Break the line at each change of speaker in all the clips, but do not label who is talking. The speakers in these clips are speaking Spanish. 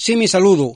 Simi saludo.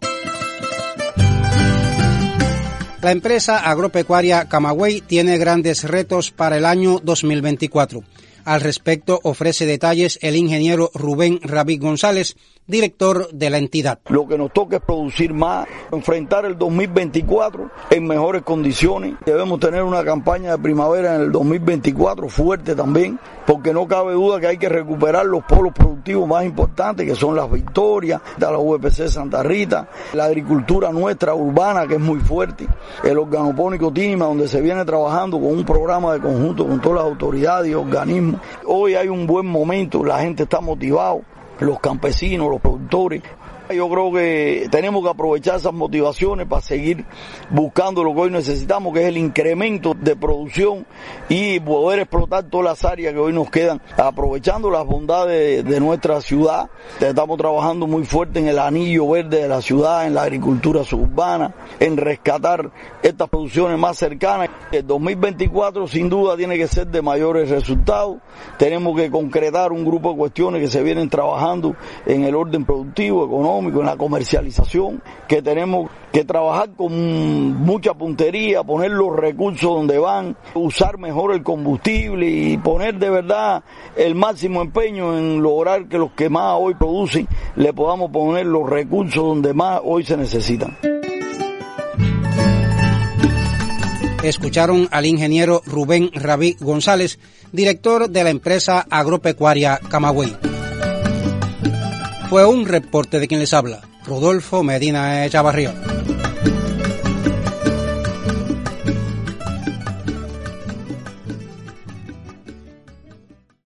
La empresa agropecuaria Camagüey tiene grandes retos para el año 2024. Al respecto ofrece detalles el ingeniero Rubén Rabí González, director de la entidad.
Lo que nos toca es producir más, enfrentar el 2024 en mejores condiciones. Debemos tener una campaña de primavera en el 2024 fuerte también, porque no cabe duda que hay que recuperar los polos productivos más importantes, que son las Victorias, la UPC Santa Rita, la agricultura nuestra urbana, que es muy fuerte, el organopónico Tínima, donde se viene trabajando con un programa de conjunto con todas las autoridades y organismos. Hoy hay un buen momento, la gente está motivada, los campesinos, los productores. Yo creo que tenemos que aprovechar esas motivaciones para seguir buscando lo que hoy necesitamos, que es el incremento de producción y poder explotar todas las áreas que hoy nos quedan, aprovechando las bondades de nuestra ciudad. Estamos trabajando muy fuerte en el anillo verde de la ciudad, en la agricultura suburbana, en rescatar estas producciones más cercanas. El 2024 sin duda tiene que ser de mayores resultados. Tenemos que concretar un grupo de cuestiones que se vienen trabajando en el orden productivo, económico, en la comercialización, que tenemos que trabajar con mucha puntería, poner los recursos donde van, usar mejor el combustible y poner de verdad el máximo empeño en lograr que los que más hoy producen le podamos poner los recursos donde más hoy se necesitan.
Escucharon al ingeniero Rubén Rabí González, director de la empresa agropecuaria Camagüey. Fue un reporte de quien les habla, Rodolfo Medina Chavarría.